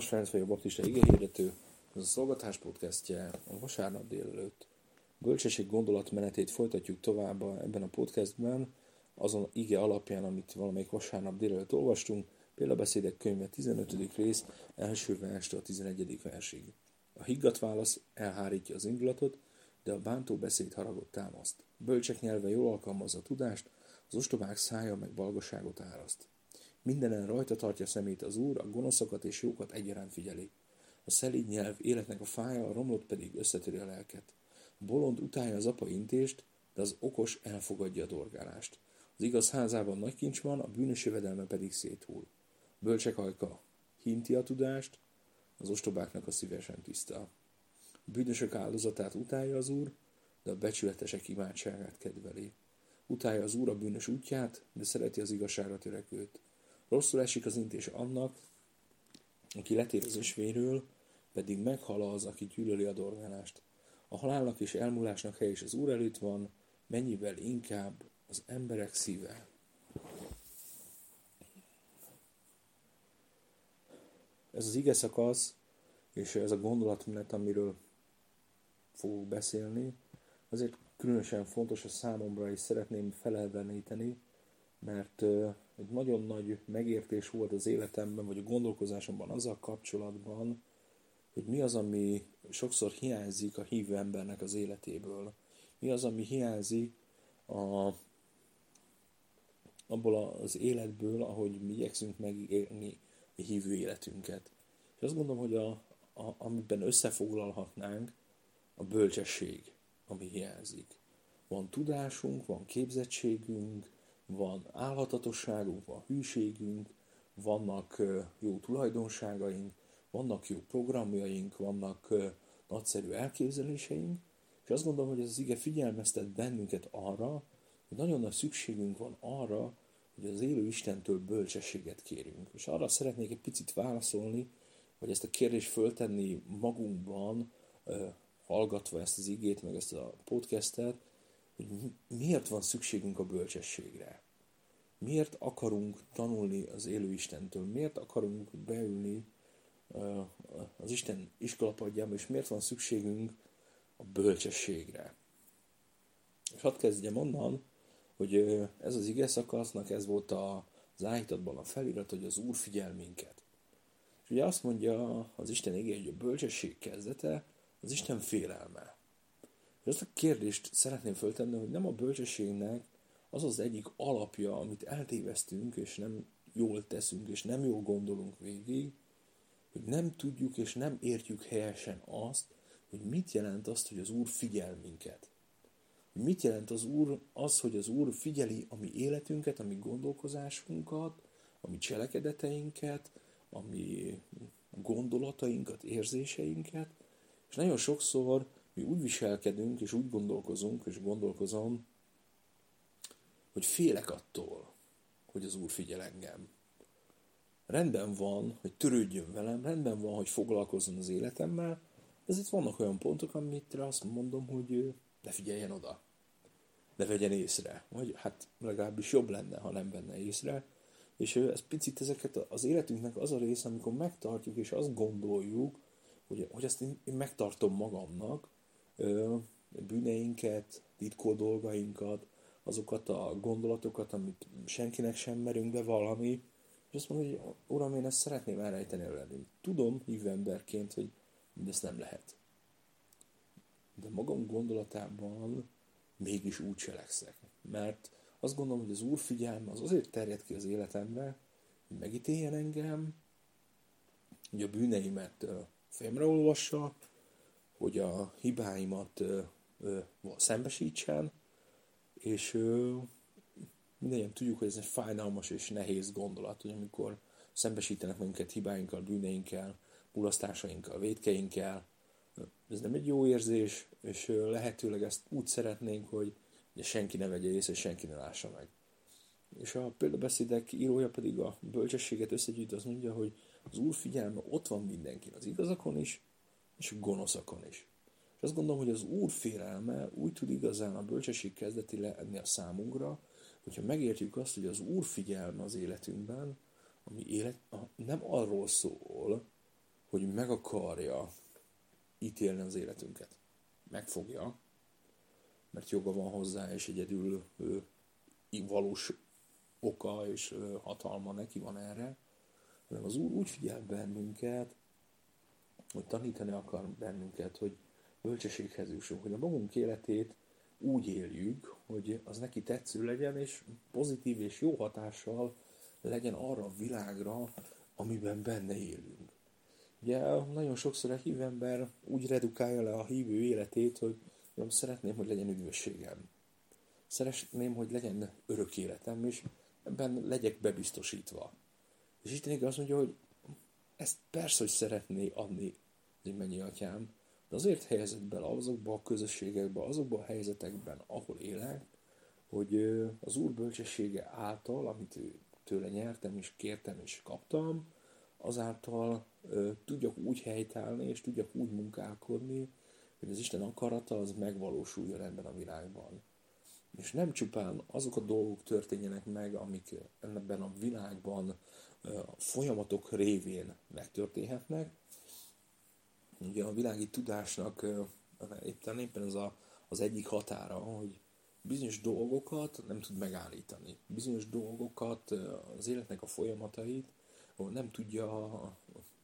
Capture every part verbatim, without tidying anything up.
Szilas Ferenc vagyok, baptista igehirdető. Ez a Szolgatás podcastje a vasárnap délelőtt. Bölcsesség gondolatmenetét folytatjuk tovább ebben a podcastben, azon ige alapján, amit valamelyik vasárnap délelőtt olvastunk, Példabeszédek könyve tizenötödik rész, első verstől a tizenegyedik versig. A higgadt válasz elhárítja az indulatot, de a bántó beszéd haragot támaszt. Bölcsek nyelve jól alkalmazza a tudást, az ostobák szája meg balgaságot áraszt. Mindenen rajta tartja szemét az Úr, a gonoszokat és jókat egyaránt figyeli. A szelíd nyelv életnek a fája, a romlott pedig összetöri a lelket. A bolond utálja az apa intést, de az okos elfogadja a dorgálást. Az igaz házában nagy kincs van, a bűnös jövedelme pedig széthull. A bölcsek ajka hinti a tudást, az ostobáknak a szívesen tiszta. A bűnösök áldozatát utálja az Úr, de a becsületesek imádságát kedveli. Utálja az Úr a bűnös útját, de szereti az igazságra törekvőt. Rosszul esik az intés annak, aki letér az ösvényről, pedig meghal az, aki gyűlöli a dorgálást. A halálnak és elmúlásnak hely is az Úr előtt van, mennyivel inkább az emberek szíve. Ez az ige szakasz, és ez a gondolatmenet, amiről fogok beszélni, azért különösen fontos a számomra, és szeretném felelveníteni, mert egy nagyon nagy megértés volt az életemben, vagy a gondolkozásomban azzal kapcsolatban, hogy mi az, ami sokszor hiányzik a hívő embernek az életéből. Mi az, ami hiányzik a, abból az életből, ahogy mi igyekszünk megélni a hívő életünket. És azt gondolom, hogy a, a, amiben összefoglalhatnánk, a bölcsesség, ami hiányzik. Van tudásunk, van képzettségünk, van álhatatosságunk, van hűségünk, vannak jó tulajdonságaink, vannak jó programjaink, vannak nagyszerű elképzeléseink, és azt gondolom, hogy ez az ige figyelmeztet bennünket arra, hogy nagyon nagy szükségünk van arra, hogy az élő Istentől bölcsességet kérünk. És arra szeretnék egy picit válaszolni, vagy ezt a kérdést föltenni magunkban, hallgatva ezt az igét, meg ezt a podcastet, hogy miért van szükségünk a bölcsességre. Miért akarunk tanulni az élő Istentől? Miért akarunk beülni az Isten iskolapadjába, és miért van szükségünk a bölcsességre? És hadd kezdjem onnan, hogy ez az ige szakasznak ez volt az áhítatban a felirat, hogy az Úr figyel minket. És ugye azt mondja az Isten igéje, hogy a bölcsesség kezdete az Isten félelme. És azt a kérdést szeretném föltenni, hogy nem a bölcsességnek az az egyik alapja, amit eltévesztünk, és nem jól teszünk, és nem jól gondolunk végig, hogy nem tudjuk és nem értjük helyesen azt, hogy mit jelent azt, hogy az Úr figyel minket. Hogy mit jelent az Úr az, hogy az Úr figyeli a mi életünket, a mi gondolkozásunkat, a mi cselekedeteinket, a mi gondolatainkat, érzéseinket, és nagyon sokszor mi úgy viselkedünk, és úgy gondolkozunk, és gondolkozom, hogy félek attól, hogy az Úr figyel engem. Rendben van, hogy törődjön velem, rendben van, hogy foglalkozzon az életemmel, de azért vannak olyan pontok, amikre azt mondom, hogy ne figyeljen oda, ne vegyen észre, vagy hát legalábbis jobb lenne, ha nem venne észre, és ez picit ezeket az életünknek az a része, amikor megtartjuk, és azt gondoljuk, hogy, hogy ezt én, én megtartom magamnak, bűneinket, titkol dolgainkat, azokat a gondolatokat, amit senkinek sem merünk bevallani, és azt mondom, hogy Uram, én ezt szeretném elrejteni előled. Tudom hívő emberként, hogy mindezt nem lehet. De magam gondolatában mégis úgy cselekszek. Mert azt gondolom, hogy az Úr figyelme az azért terjed ki az életembe, hogy megítéljen engem, hogy a bűneimet fejemre olvassa, hogy a hibáimat ö, ö, szembesítsen, és ö, mindannyian tudjuk, hogy ez egy fájdalmas és nehéz gondolat, hogy amikor szembesítenek minket hibáinkkal, bűneinkkel, mulasztásainkkal, vétkeinkkel, ez nem egy jó érzés, és ö, lehetőleg ezt úgy szeretnénk, hogy senki ne vegye észre, és senki ne lássa meg. És a példabeszédek írója pedig a bölcsességet összegyűjt, azt mondja, hogy az Úr figyelme ott van mindenkin, az igazakon is, és a gonoszakon is. És azt gondolom, hogy az Úr félelme úgy tud igazán a bölcsesség kezdeti lenni a számunkra, hogyha megértjük azt, hogy az Úr figyelme az életünkben, ami élet, nem arról szól, hogy meg akarja ítélni az életünket. Megfogja, mert joga van hozzá, és egyedül ő, valós oka és hatalma neki van erre, hanem az Úr úgy figyel bennünket, hogy tanítani akar bennünket, hogy bölcsességhez jussunk, hogy a magunk életét úgy éljük, hogy az neki tetsző legyen, és pozitív és jó hatással legyen arra a világra, amiben benne élünk. Ugye nagyon sokszor a hívő ember úgy redukálja le a hívő életét, hogy nem szeretném, hogy legyen üdvösségem. Szeretném, hogy legyen örök életem, és ebben legyek bebiztosítva. És Isten azt mondja, hogy ezt persze, hogy szeretné adni az én mennyi atyám, de azért helyezett bele azokba a közösségekbe, azokba a helyzetekben, ahol élek, hogy az Úr bölcsessége által, amit tőle nyertem, és kértem, és kaptam, azáltal ö, tudjak úgy helytállni, és tudjak úgy munkálkodni, hogy az Isten akarata az megvalósuljon ebben a világban. És nem csupán azok a dolgok történjenek meg, amik ebben a világban ö, a folyamatok révén megtörténhetnek. Ugye a világi tudásnak ö, éppen, éppen ez a, az egyik határa, hogy bizonyos dolgokat nem tud megállítani. Bizonyos dolgokat, ö, az életnek a folyamatait, ahol nem tudja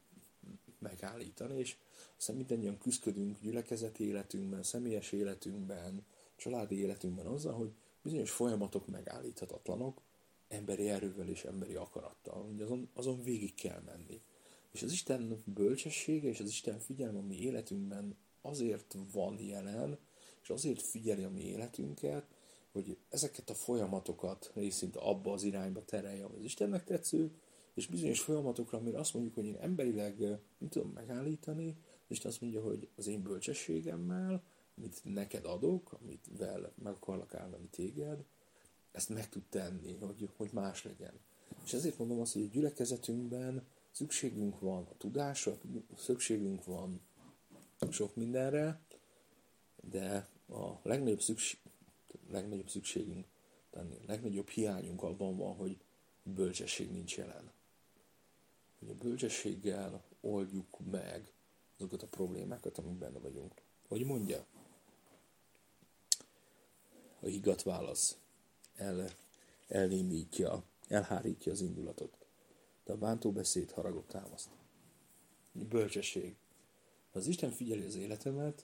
megállítani, és aztán mindannyian küzdködünk gyülekezeti életünkben, személyes életünkben, családi életünkben azzal, hogy bizonyos folyamatok megállíthatatlanok, emberi erővel és emberi akarattal, hogy azon, azon végig kell menni. És az Isten bölcsessége és az Isten figyelme a mi életünkben azért van jelen, és azért figyeli a mi életünket, hogy ezeket a folyamatokat részint abba az irányba terelje, ami az Istennek tetsző, és bizonyos folyamatokra, amire azt mondjuk, hogy én emberileg nem tudom megállítani, és azt mondja, hogy az én bölcsességemmel, amit neked adok, amivel meg akarlak állni téged, ezt meg tud tenni, hogy, hogy más legyen. És ezért mondom azt, hogy a gyülekezetünkben szükségünk van a tudásra, szükségünk van sok mindenre, de a legnagyobb, szükség, legnagyobb szükségünk, a legnagyobb hiányunk abban van, hogy bölcsesség nincs jelen. Hogy a bölcsességgel oldjuk meg azokat a problémákat, amik benne vagyunk. Hogy mondja? A higgadt válasz el, elnémítja, elhárítja az indulatot. De a bántó beszéd haragot támaszt. Bölcsesség. Ha az Isten figyeli az életemet,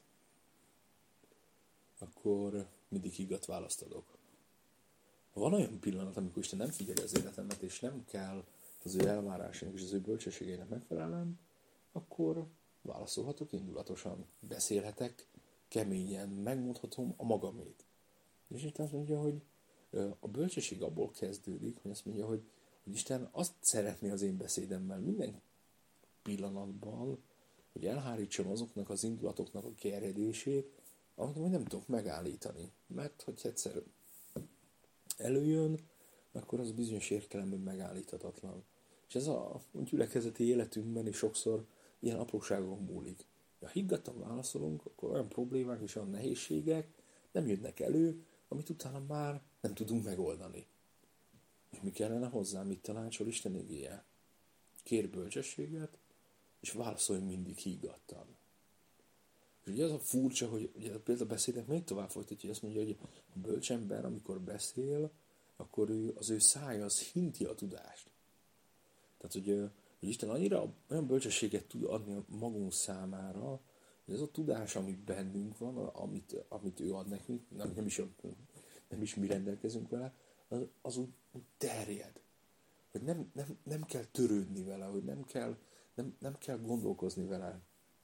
akkor mindig higgadt választ adok. Ha van olyan pillanat, amikor Isten nem figyeli az életemet, és nem kell az ő elvárásának és az ő bölcsességének megfelelnem, akkor válaszolhatok indulatosan, beszélhetek, keményen, megmondhatom a magamét. És Isten azt mondja, hogy a bölcsesség abból kezdődik, hogy azt mondja, hogy, hogy Isten azt szeretné az én beszédemmel minden pillanatban, hogy elhárítsam azoknak az indulatoknak a gerjedését, amit majd nem tudok megállítani. Mert hogyha egyszer előjön, akkor az bizonyos értelemben megállíthatatlan. És ez a gyülekezeti életünkben is sokszor ilyen apróságon múlik. Ha higgadtan válaszolunk, akkor olyan problémák és olyan nehézségek nem jönnek elő, amit utána már nem tudunk megoldani. És mi kellene hozzá, mit tanácsol Isten igéje? Kér bölcsességet, és válaszolj mindig higgadtan. És ugye az a furcsa, hogy ugye a példabeszédnek még tovább folytatja, hogy azt mondja, hogy a bölcs ember, amikor beszél, akkor ő, az ő szája az hinti a tudást. Tehát, hogy, hogy Isten annyira olyan bölcsességet tud adni a magunk számára, hogy ez a tudás, ami bennünk van, amit, amit ő ad nekünk, nem, nem, is, nem is mi rendelkezünk vele, az, az úgy, úgy terjed. Hogy nem, nem, nem kell törődni vele, hogy nem kell, nem, nem kell gondolkozni vele.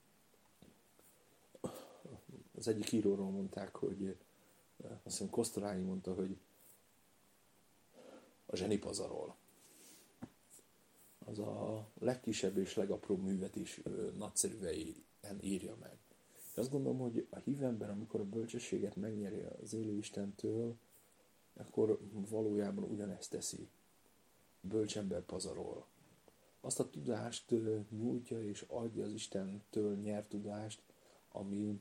Az egyik íróról mondták, hogy azt hiszem Kosztolányi mondta, hogy a zseni pazarol. Az a legkisebb és legapróbb művet is nagyszerűen írja meg. És azt gondolom, hogy a hívő ember, amikor a bölcsességet megnyeri az élő Istentől, akkor valójában ugyanezt teszi. Bölcs ember pazarol. Azt a tudást nyújtja és adja az Istentől nyert tudást, ami,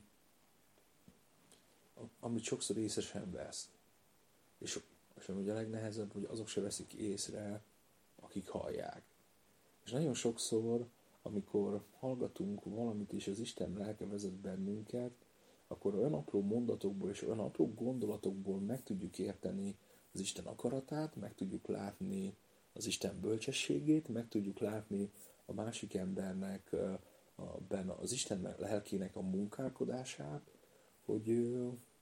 amit sokszor észre sem vesz. És, és ami a legnehezebb, hogy azok se veszik észre, akik hallják. És nagyon sokszor amikor hallgatunk valamit, és az Isten lelke vezet bennünket, akkor olyan apró mondatokból és olyan apró gondolatokból meg tudjuk érteni az Isten akaratát, meg tudjuk látni az Isten bölcsességét, meg tudjuk látni a másik embernek, az Isten lelkének a munkálkodását, hogy,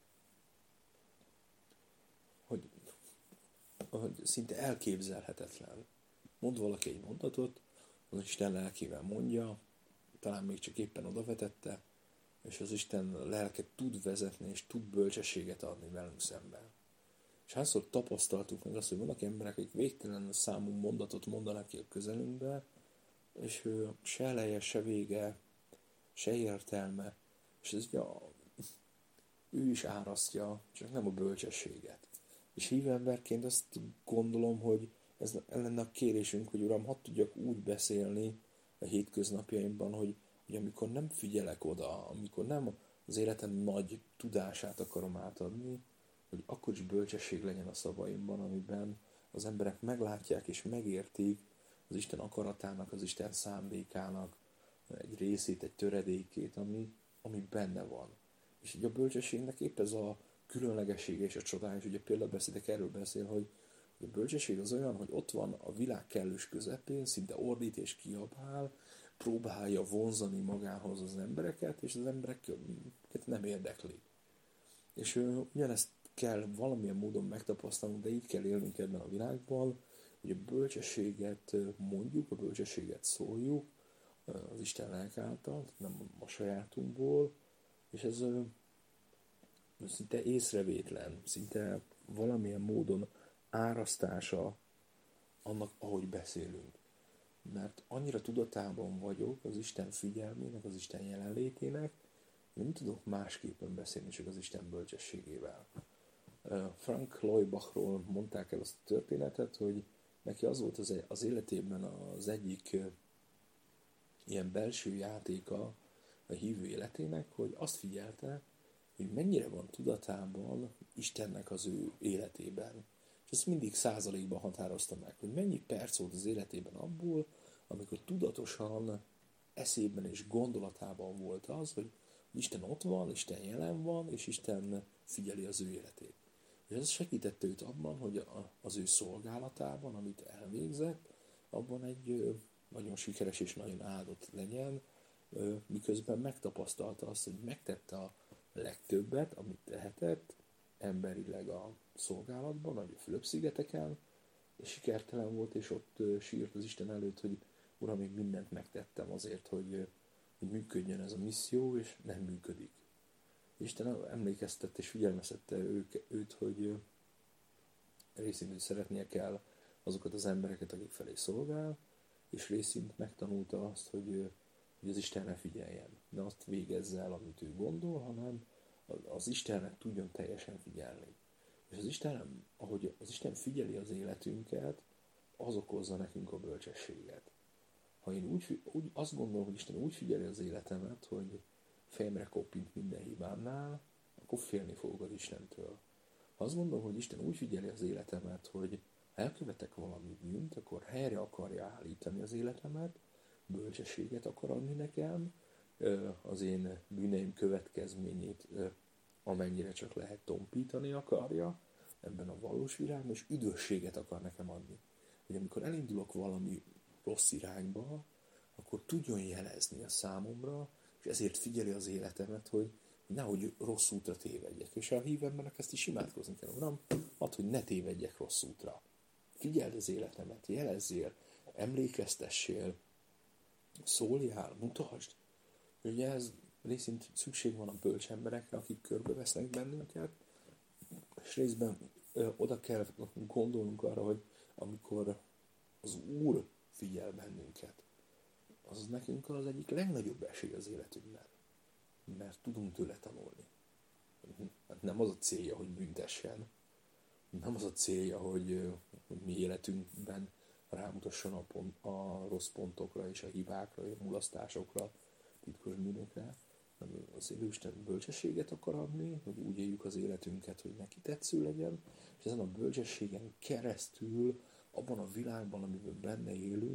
hogy, hogy szinte elképzelhetetlen. Mond valaki egy mondatot, az Isten lelkével mondja, talán még csak éppen odavetette, és az Isten lelke tud vezetni, és tud bölcsességet adni velünk szemben. És hányszor tapasztaltuk meg azt, hogy vannak emberek, akik végtelen számú mondatot mondanak ki a közelünkbe, és se eleje, se vége, se értelme, és ez ugye ő is árasztja, csak nem a bölcsességet. És hívő emberként azt gondolom, hogy ez lenne a kérésünk, hogy Uram, hadd tudjak úgy beszélni a hétköznapjaimban, hogy, hogy amikor nem figyelek oda, amikor nem az életem nagy tudását akarom átadni, hogy akkor is bölcsesség legyen a szavaimban, amiben az emberek meglátják és megértik az Isten akaratának, az Isten szándékának egy részét, egy töredékét, ami, ami benne van. És így a bölcsességnek épp ez a különlegessége és a csodája, és ugye példabeszédek erről beszél, hogy a bölcsesség az olyan, hogy ott van a világ kellős közepén, szinte ordít és kiabál, próbálja vonzani magához az embereket, és az embereket nem érdekli. És ugyanezt kell valamilyen módon megtapasztalnunk, de így kell élnünk ebben a világban, hogy a bölcsességet mondjuk, a bölcsességet szóljuk az Isten lelke által, nem a sajátunkból, és ez szinte észrevétlen, szinte valamilyen módon árasztása annak, ahogy beszélünk. Mert annyira tudatában vagyok az Isten figyelmének, az Isten jelenlétének, hogy nem tudok másképpen beszélni, csak az Isten bölcsességével. Frank Laubachról mondták el azt a történetet, hogy neki az volt az, az életében az egyik ilyen belső játéka a hívő életének, hogy azt figyelte, hogy mennyire van tudatában Istennek az ő életében. És ezt mindig százalékban határozta meg, hogy mennyi perc volt az életében abból, amikor tudatosan eszében és gondolatában volt az, hogy Isten ott van, Isten jelen van, és Isten figyeli az ő életét. És ez segítette őt abban, hogy az ő szolgálatában, amit elvégzett, abban egy nagyon sikeres és nagyon áldott legyen, miközben megtapasztalta azt, hogy megtette a legtöbbet, amit tehetett emberileg a szolgálatban, vagy a Fülöp-szigeteken, és sikertelen volt, és ott sírt az Isten előtt, hogy Uram, még mindent megtettem azért, hogy, hogy működjön ez a misszió, és nem működik. Isten emlékeztette és figyelmeztette ők, őt, hogy részint szeretnie kell azokat az embereket, akik felé szolgál, és részint megtanulta azt, hogy, hogy az Istenre figyeljen. Ne azt végezze el, amit ő gondol, hanem az Istennek tudjon teljesen figyelni. És az Isten, ahogy az Isten figyeli az életünket, az okozza nekünk a bölcsességet. Ha én úgy, úgy azt gondolom, hogy Isten úgy figyeli az életemet, hogy fejemre koppint minden hibámnál, akkor félni fogok az Istentől. Ha azt gondolom, hogy Isten úgy figyeli az életemet, hogy ha elkövetek valami bűnt, akkor helyre akarja állítani az életemet, bölcsességet akar adni nekem, az én bűneim következményét amennyire csak lehet tompítani akarja ebben a valós világban, és üdvösséget akar nekem adni. Hogy amikor elindulok valami rossz irányba, akkor tudjon jelezni a számomra, és ezért figyeli az életemet, hogy nehogy rossz útra tévedjek. És a hívő embernek ezt is imádkozni kell. Uram, add, hogy ne tévedjek rossz útra. Figyeld az életemet, jelezzél, emlékeztessél, szóljál, mutasd. Ugye ez részint szükség van a bölcs emberekre, akik körbevesznek bennünket, és részben ö, oda kell gondolnunk arra, hogy amikor az Úr figyel bennünket, az nekünk az egyik legnagyobb esély az életünkben, mert tudunk tőle tanulni. Hát nem az a célja, hogy büntessen, nem az a célja, hogy, hogy mi életünkben rámutasson a, pont, a rossz pontokra és a hibákra, a mulasztásokra, titkos bűnökre, az élőisten bölcsességet akar adni, hogy úgy éljük az életünket, hogy neki tetsző legyen, és ezen a bölcsességen keresztül, abban a világban, amiben benne élünk,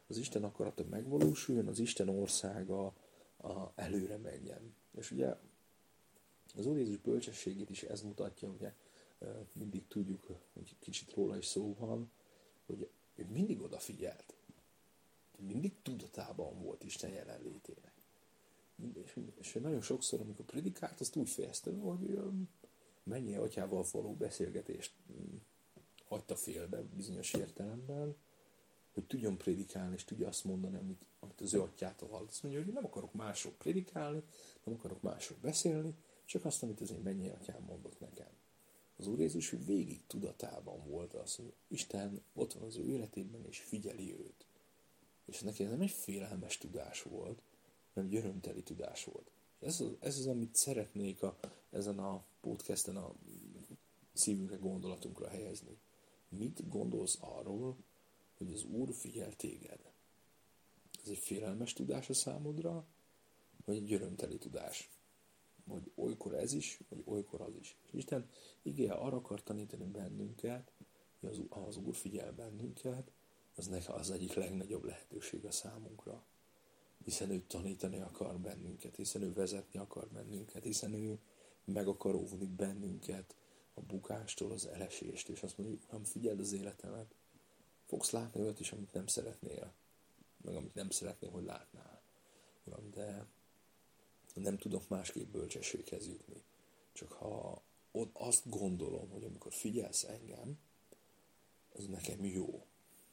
az Isten akarata megvalósuljon, az Isten országa a, előre menjen. És ugye az Úr Jézus bölcsességét is ez mutatja, ugye mindig tudjuk, hogy kicsit róla is szó van, hogy ő mindig odafigyelt. Mindig tudatában volt Isten jelenlétének. És, és nagyon sokszor, amikor predikált, azt úgy fejezte, hogy mennyi atyával való beszélgetést hagyta félbe bizonyos értelemben, hogy tudjon prédikálni, és tudja azt mondani, amit, amit az ő atyától hallott. Azt mondja, hogy nem akarok másról prédikálni, nem akarok másról beszélni, csak azt, amit az én mennyi atyám mondott nekem. Az Úr Jézus végig tudatában volt az, hogy Isten ott van az ő életében, és figyeli őt. És neki ez nem egy félelmes tudás volt, hanem egy örömteli tudás volt. Ez az, ez az, amit szeretnék a, ezen a podcasten a szívünkre, gondolatunkra helyezni. Mit gondolsz arról, hogy az Úr figyel téged? Ez egy félelmes tudás a számodra, vagy egy örömteli tudás? Vagy olykor ez is, vagy olykor az is. És Isten igéje arra akar tanítani bennünket, hogy az, az Úr figyel bennünket, az neki az egyik legnagyobb lehetőség a számunkra. Hiszen ő tanítani akar bennünket, hiszen ő vezetni akar bennünket, hiszen ő meg akar óvni bennünket a bukástól, az elesést, és azt mondja, hogy Uram, figyeld az életemet. Fogsz látni olyat is, amit nem szeretnél, meg amit nem szeretnél, hogy látnál. Uram, de nem tudok másképp bölcsességhez jutni. Csak ha ott azt gondolom, hogy amikor figyelsz engem, az nekem jó.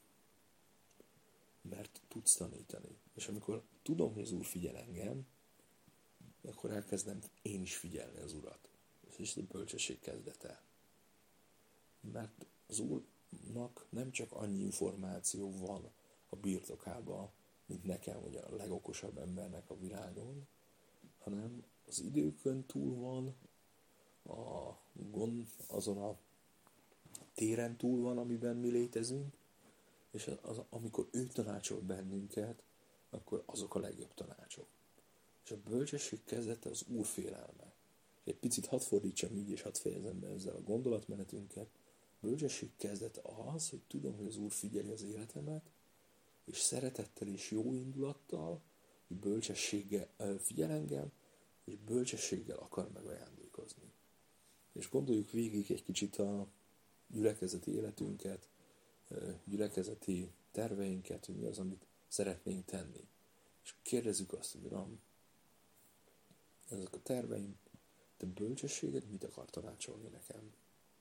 Mert tudsz tanítani. És amikor tudom, hogy az Úr figyel engem, akkor elkezdem én is figyelni az Urat. És a bölcsesség kezdete. Mert az Úrnak nem csak annyi információ van a birtokában, mint nekem, hogy a legokosabb embernek a világon, hanem az időkön túl van, a gond, azon a téren túl van, amiben mi létezünk, és az, az, amikor ő tanácsol bennünket, akkor azok a legjobb tanácsok. És a bölcsesség kezdete az Úr félelme. Egy picit hadd fordítsam így, és hadd fejezem be ezzel a gondolatmenetünket. A bölcsesség kezdete az, hogy tudom, hogy az Úr figyeli az életemet, és szeretettel és jó indulattal, hogy bölcsességgel figyel engem, és bölcsességgel akar megajándékozni. És gondoljuk végig egy kicsit a gyülekezeti életünket, gyülekezeti terveinket, hogy mi az, amit szeretnénk tenni. És kérdezzük azt, hogy Uram, ezek a terveim, te bölcsességed mit akar tanácsolni nekem?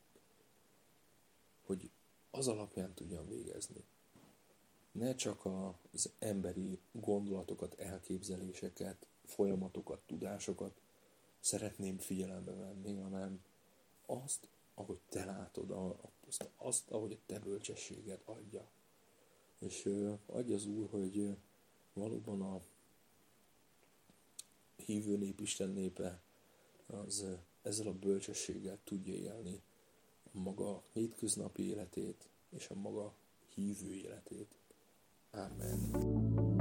Hogy az alapján tudjam végezni. Ne csak az emberi gondolatokat, elképzeléseket, folyamatokat, tudásokat szeretném figyelembe venni, hanem azt, ahogy te látod, azt, azt ahogy a te bölcsességed adja. És adja az Úr, hogy valóban a hívő nép, Isten népe az ezzel a bölcsességgel tudja élni a maga hétköznapi életét és a maga hívő életét. Amen.